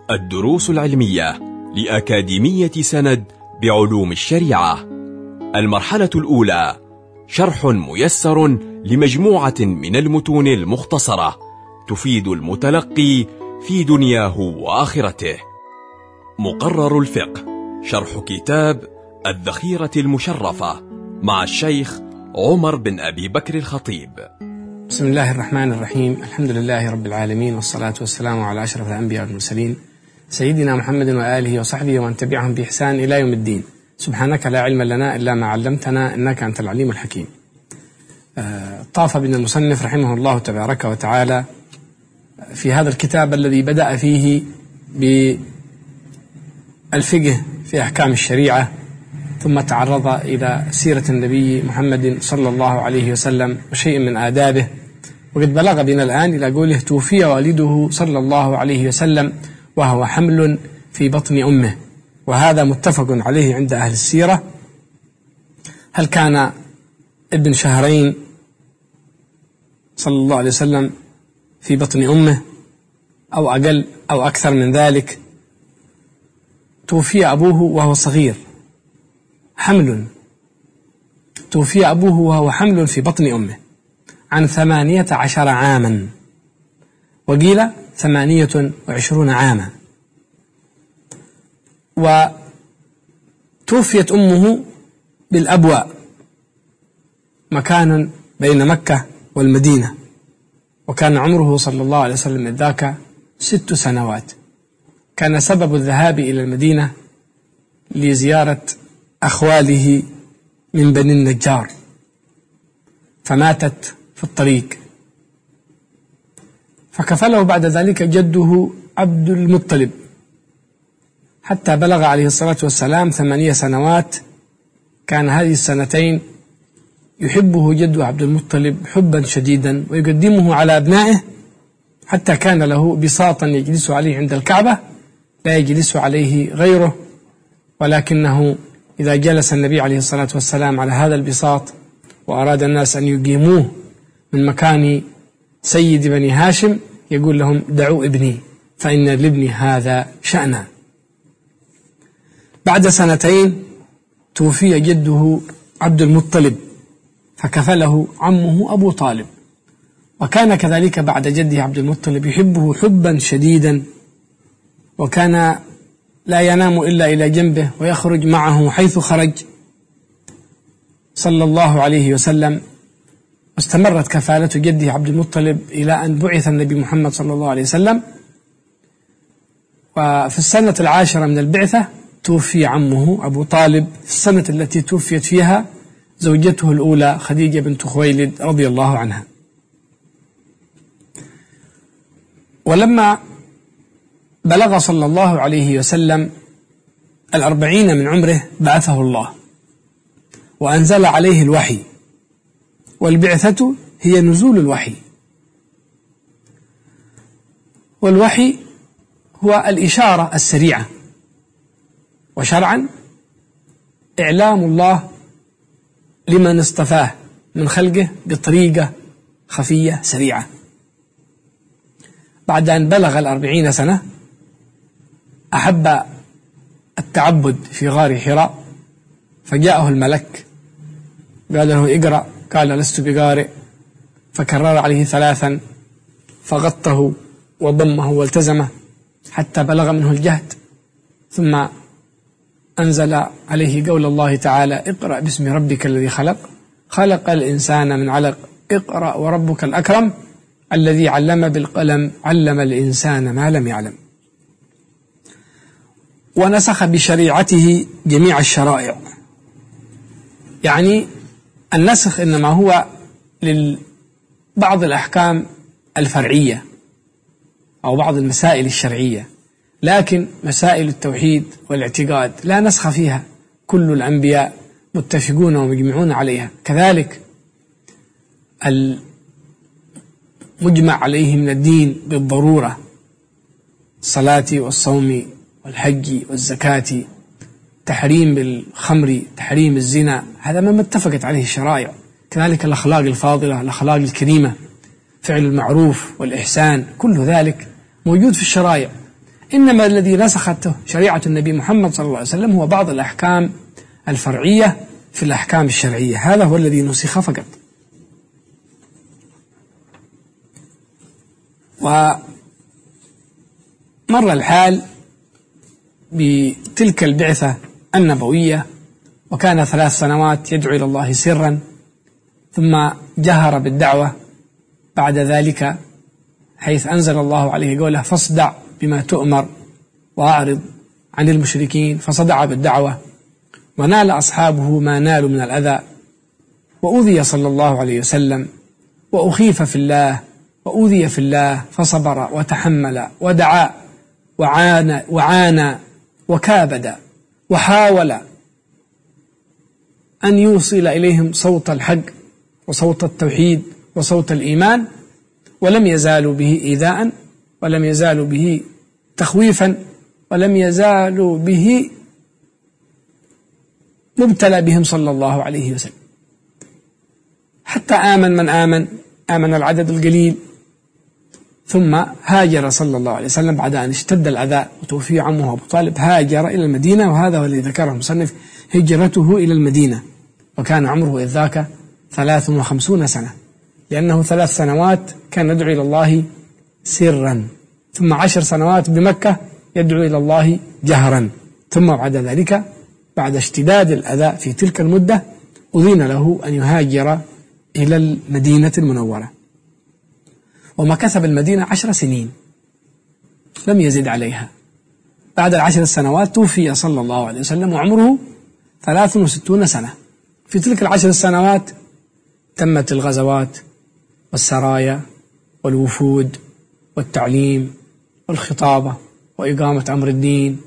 الدروس العلمية لأكاديمية سند بعلوم الشريعة. المرحلة الأولى: شرح ميسر لمجموعة من المتون المختصرة تفيد المتلقي في دنياه وآخرته. مقرر الفقه، شرح كتاب الذخيرة المشرفة مع الشيخ عمر بن أبي بكر الخطيب. بسم الله الرحمن الرحيم. الحمد لله رب العالمين، والصلاة والسلام على أشرف الأنبياء والمرسلين سيدنا محمد وآله وصحبه ومن تبعهم بإحسان إلى يوم الدين. سبحانك لا علم لنا إلا ما علمتنا إنك أنت العليم الحكيم. طاف بنا المصنف رحمه الله تبارك وتعالى في هذا الكتاب الذي بدأ فيه بالفقه في أحكام الشريعة، ثم تعرض إلى سيرة النبي محمد صلى الله عليه وسلم وشيء من آدابه، وقد بلغ بنا الآن إلى قوله: توفي والده صلى الله عليه وسلم وهو حمل في بطن أمه. وهذا متفق عليه عند أهل السيرة. هل كان ابن شهرين صلى الله عليه وسلم في بطن أمه أو أقل أو أكثر من ذلك؟ توفي أبوه وهو صغير، حمل، توفي أبوه وهو حمل في بطن أمه عن 18 عاما، وقيل 28 عاما. وتوفيت أمه بالأبواء، مكان بين مكة والمدينة، وكان عمره صلى الله عليه وسلم إذ ذاك 6 سنوات. كان سبب الذهاب إلى المدينة لزيارة أخواله من بني النجار، فماتت في الطريق، فكفله بعد ذلك جده عبد المطلب حتى بلغ عليه الصلاة والسلام 8 سنوات. كان هذه السنتين يحبه جده عبد المطلب حبا شديدا ويقدمه على أبنائه، حتى كان له بساطا يجلس عليه عند الكعبة لا يجلس عليه غيره، ولكنه إذا جلس النبي عليه الصلاة والسلام على هذا البساط وأراد الناس أن يقيموه من مكان سيد بني هاشم يقول لهم: دعوا ابني فإن لابني هذا شأنا. بعد سنتين توفي جده عبد المطلب، فكفله عمه أبو طالب، وكان كذلك بعد جده عبد المطلب يحبه حبا شديدا، وكان لا ينام إلا إلى جنبه ويخرج معه حيث خرج صلى الله عليه وسلم. واستمرت كفالة جده عبد المطلب إلى أن بعث النبي محمد صلى الله عليه وسلم. وفي السنة 10 من البعثة توفي عمه أبو طالب، في السنة التي توفيت فيها زوجته الأولى خديجة بنت خويلد رضي الله عنها. ولما بلغ صلى الله عليه وسلم 40 من عمره بعثه الله وأنزل عليه الوحي، والبعثة هي نزول الوحي، والوحي هو الإشارة السريعة، وشرعا إعلام الله لمن اصطفاه من خلقه بطريقة خفية سريعة. بعد أن بلغ 40 سنة أحب التعبد في غار حراء، فجاءه الملك قال له: اقرأ. قال: لست بقارئ. فكرر عليه 3 فغطه وضمه والتزمه حتى بلغ منه الجهد، ثم أنزل عليه قول الله تعالى: اقرأ باسم ربك الذي خلق، خلق الإنسان من علق، اقرأ وربك الأكرم الذي علم بالقلم، علم الإنسان ما لم يعلم. ونسخ بشريعته جميع الشرائع. يعني النسخ إنما هو لبعض الأحكام الفرعية أو بعض المسائل الشرعية، لكن مسائل التوحيد والاعتقاد لا نسخ فيها، كل الأنبياء متفقون ومجمعون عليها. كذلك المجمع عليه من الدين بالضرورة، الصلاة والصوم والحج والزكاة، تحريم الخمر، تحريم الزنا، هذا ما اتفقت عليه الشرائع. كذلك الأخلاق الفاضلة، الأخلاق الكريمة، فعل المعروف والإحسان، كل ذلك موجود في الشرائع. إنما الذي نسخته شريعة النبي محمد صلى الله عليه وسلم هو بعض الأحكام الفرعية في الأحكام الشرعية، هذا هو الذي نسخ فقط. ومر الحال بتلك البعثة النبوية، وكان 3 سنوات يدعو إلى الله سرا، ثم جهر بالدعوة بعد ذلك، حيث أنزل الله عليه قوله: فاصدع بما تؤمر وأعرض عن المشركين، فصدع بالدعوة ونال أصحابه ما نالوا من الأذى، وأوذي صلى الله عليه وسلم، وأخيف في الله وأوذي في الله، فصبر وتحمل ودعا وعانى وكابد، وحاول أن يوصل إليهم صوت الحق وصوت التوحيد وصوت الإيمان، ولم يزالوا به إيذاء، ولم يزالوا به تخويفا، ولم يزالوا به مبتلى بهم صلى الله عليه وسلم، حتى آمن من آمن العدد القليل. ثم هاجر صلى الله عليه وسلم بعد أن اشتد الأذى وتوفي عمه أبو طالب، هاجر إلى المدينة، وهذا هو الذي ذكره المصنف: هجرته إلى المدينة، وكان عمره إذ ذاك 53 سنة، لأنه 3 سنوات كان يدعو إلى الله سرا، ثم 10 سنوات بمكة يدعو إلى الله جهرا، ثم بعد ذلك بعد اشتداد الأذى في تلك المدة أذن له أن يهاجر إلى المدينة المنورة، ومكث بالمدينة 10 سنين لم يزد عليها. بعد 10 سنوات توفي صلى الله عليه وسلم وعمره 63 سنة. في تلك 10 سنوات تمت الغزوات والسرايا والوفود والتعليم والخطابة وإقامة أمر الدين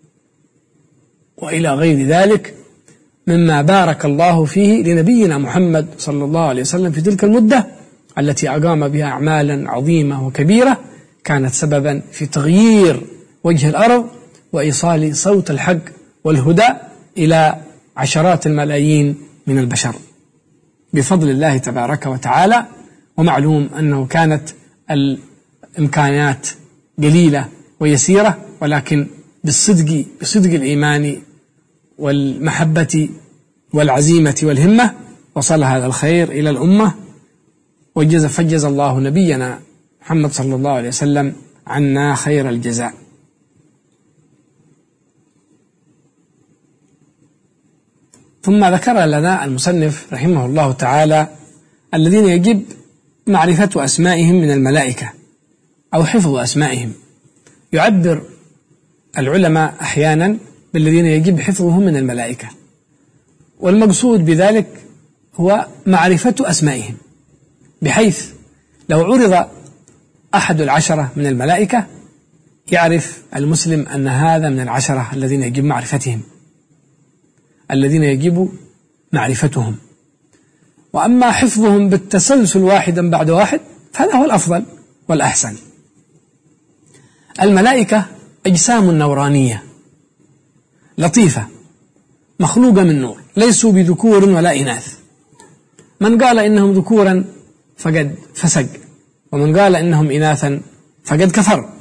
وإلى غير ذلك مما بارك الله فيه لنبينا محمد صلى الله عليه وسلم في تلك المدة التي أقام بها أعمالا عظيمة وكبيرة كانت سببا في تغيير وجه الأرض وإيصال صوت الحق والهدى إلى عشرات الملايين من البشر بفضل الله تبارك وتعالى. ومعلوم أنه كانت الإمكانات قليلة ويسيرة، ولكن بصدق الإيمان والمحبة والعزيمة والهمة وصل هذا الخير إلى الأمة، فجز الله نبينا محمد صلى الله عليه وسلم عنا خير الجزاء. ثم ذكر لنا المصنف رحمه الله تعالى الذين يجب معرفة أسمائهم من الملائكة أو حفظ أسمائهم. يعبر العلماء أحيانا بالذين يجب حفظهم من الملائكة، والمقصود بذلك هو معرفة أسمائهم، بحيث لو عرض أحد 10 من الملائكة يعرف المسلم أن هذا من 10 الذين يجب معرفتهم. وأما حفظهم بالتسلسل واحدا بعد واحد فهذا هو الأفضل والأحسن. الملائكة أجسام نورانية لطيفة مخلوقة من نور، ليسوا بذكور ولا إناث. من قال إنهم ذكورا فقد فسق، ومن قال إنهم إناثا فقد كفر.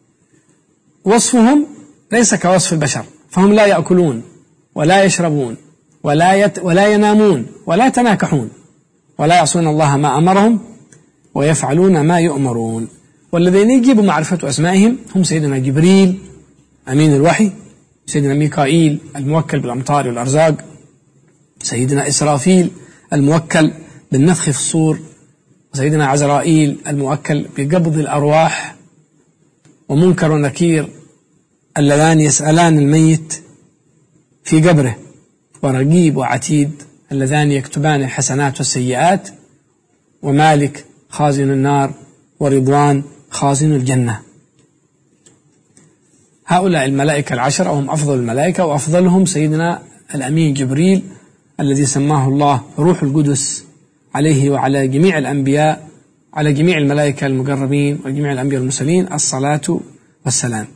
وصفهم ليس كوصف البشر، فهم لا يأكلون ولا يشربون ولا ينامون ولا يتناكحون ولا يعصون الله ما أمرهم ويفعلون ما يؤمرون. والذين يجب معرفة أسمائهم هم سيدنا جبريل أمين الوحي، سيدنا ميكائيل الموكل بالأمطار والأرزاق، سيدنا إسرافيل الموكل بالنفخ في الصور، وسيدنا عزرائيل الموكل بقبض الأرواح، ومنكر ونكير اللذان يسألان الميت في قبره، ورقيب وعتيد اللذان يكتبان الحسنات والسيئات، ومالك خازن النار، ورضوان خازن الجنة. هؤلاء الملائكة 10 هم أفضل الملائكة، وأفضلهم سيدنا الأمين جبريل الذي سماه الله روح القدس، عليه وعلى جميع الأنبياء، على جميع الملائكة المقربين وجميع الأنبياء المرسلين الصلاة والسلام.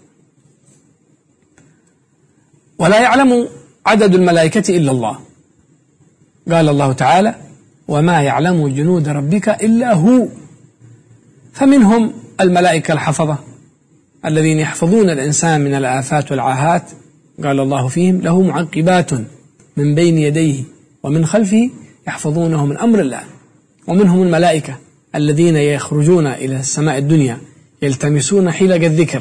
ولا يعلم عدد الملائكة إلا الله، قال الله تعالى: وما يعلم جنود ربك إلا هو. فمنهم الملائكة الحفظة الذين يحفظون الإنسان من الآفات والعاهات، قال الله فيهم: له معقبات من بين يديه ومن خلفه يحفظونه من أمر الله. ومنهم الملائكة الذين يخرجون إلى السماء الدنيا يلتمسون حلق الذكر،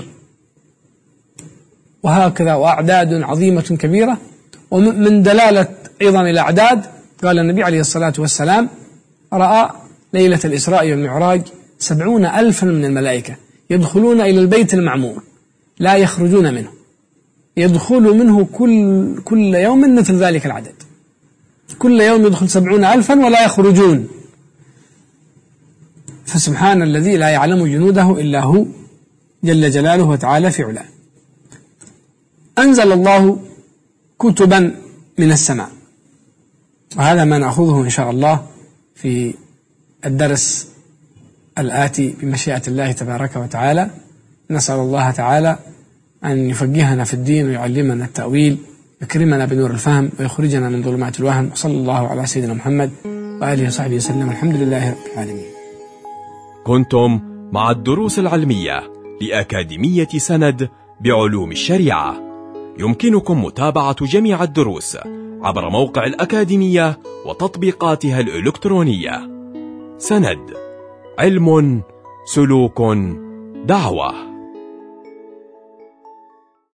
وهكذا، وأعداد عظيمة كبيرة. ومن دلالة أيضا الأعداد قال النبي عليه الصلاة والسلام: رأى ليلة الإسراء والمعراج 70,000 من الملائكة يدخلون إلى البيت المعمور لا يخرجون منه، يدخل منه كل يوم مثل ذلك العدد، كل يوم يدخل 70,000 ولا يخرجون. فسبحان الذي لا يعلم جنوده إلا هو جل جلاله وتعالى في علاه. أنزل الله كتبا من السماء، وهذا ما نأخذه إن شاء الله في الدرس الآتي بمشيئة الله تبارك وتعالى. نسأل الله تعالى أن يفقهنا في الدين ويعلمنا التأويل، يكرمنا بنور الفهم ويخرجنا من ظلمات الوهم. وصلى الله على سيدنا محمد وآله وصحبه وسلم، الحمد لله رب العالمين. كنتم مع الدروس العلمية لأكاديمية سند بعلوم الشريعة. يمكنكم متابعة جميع الدروس عبر موقع الأكاديمية وتطبيقاتها الإلكترونية. سند، علم، سلوك، دعوة.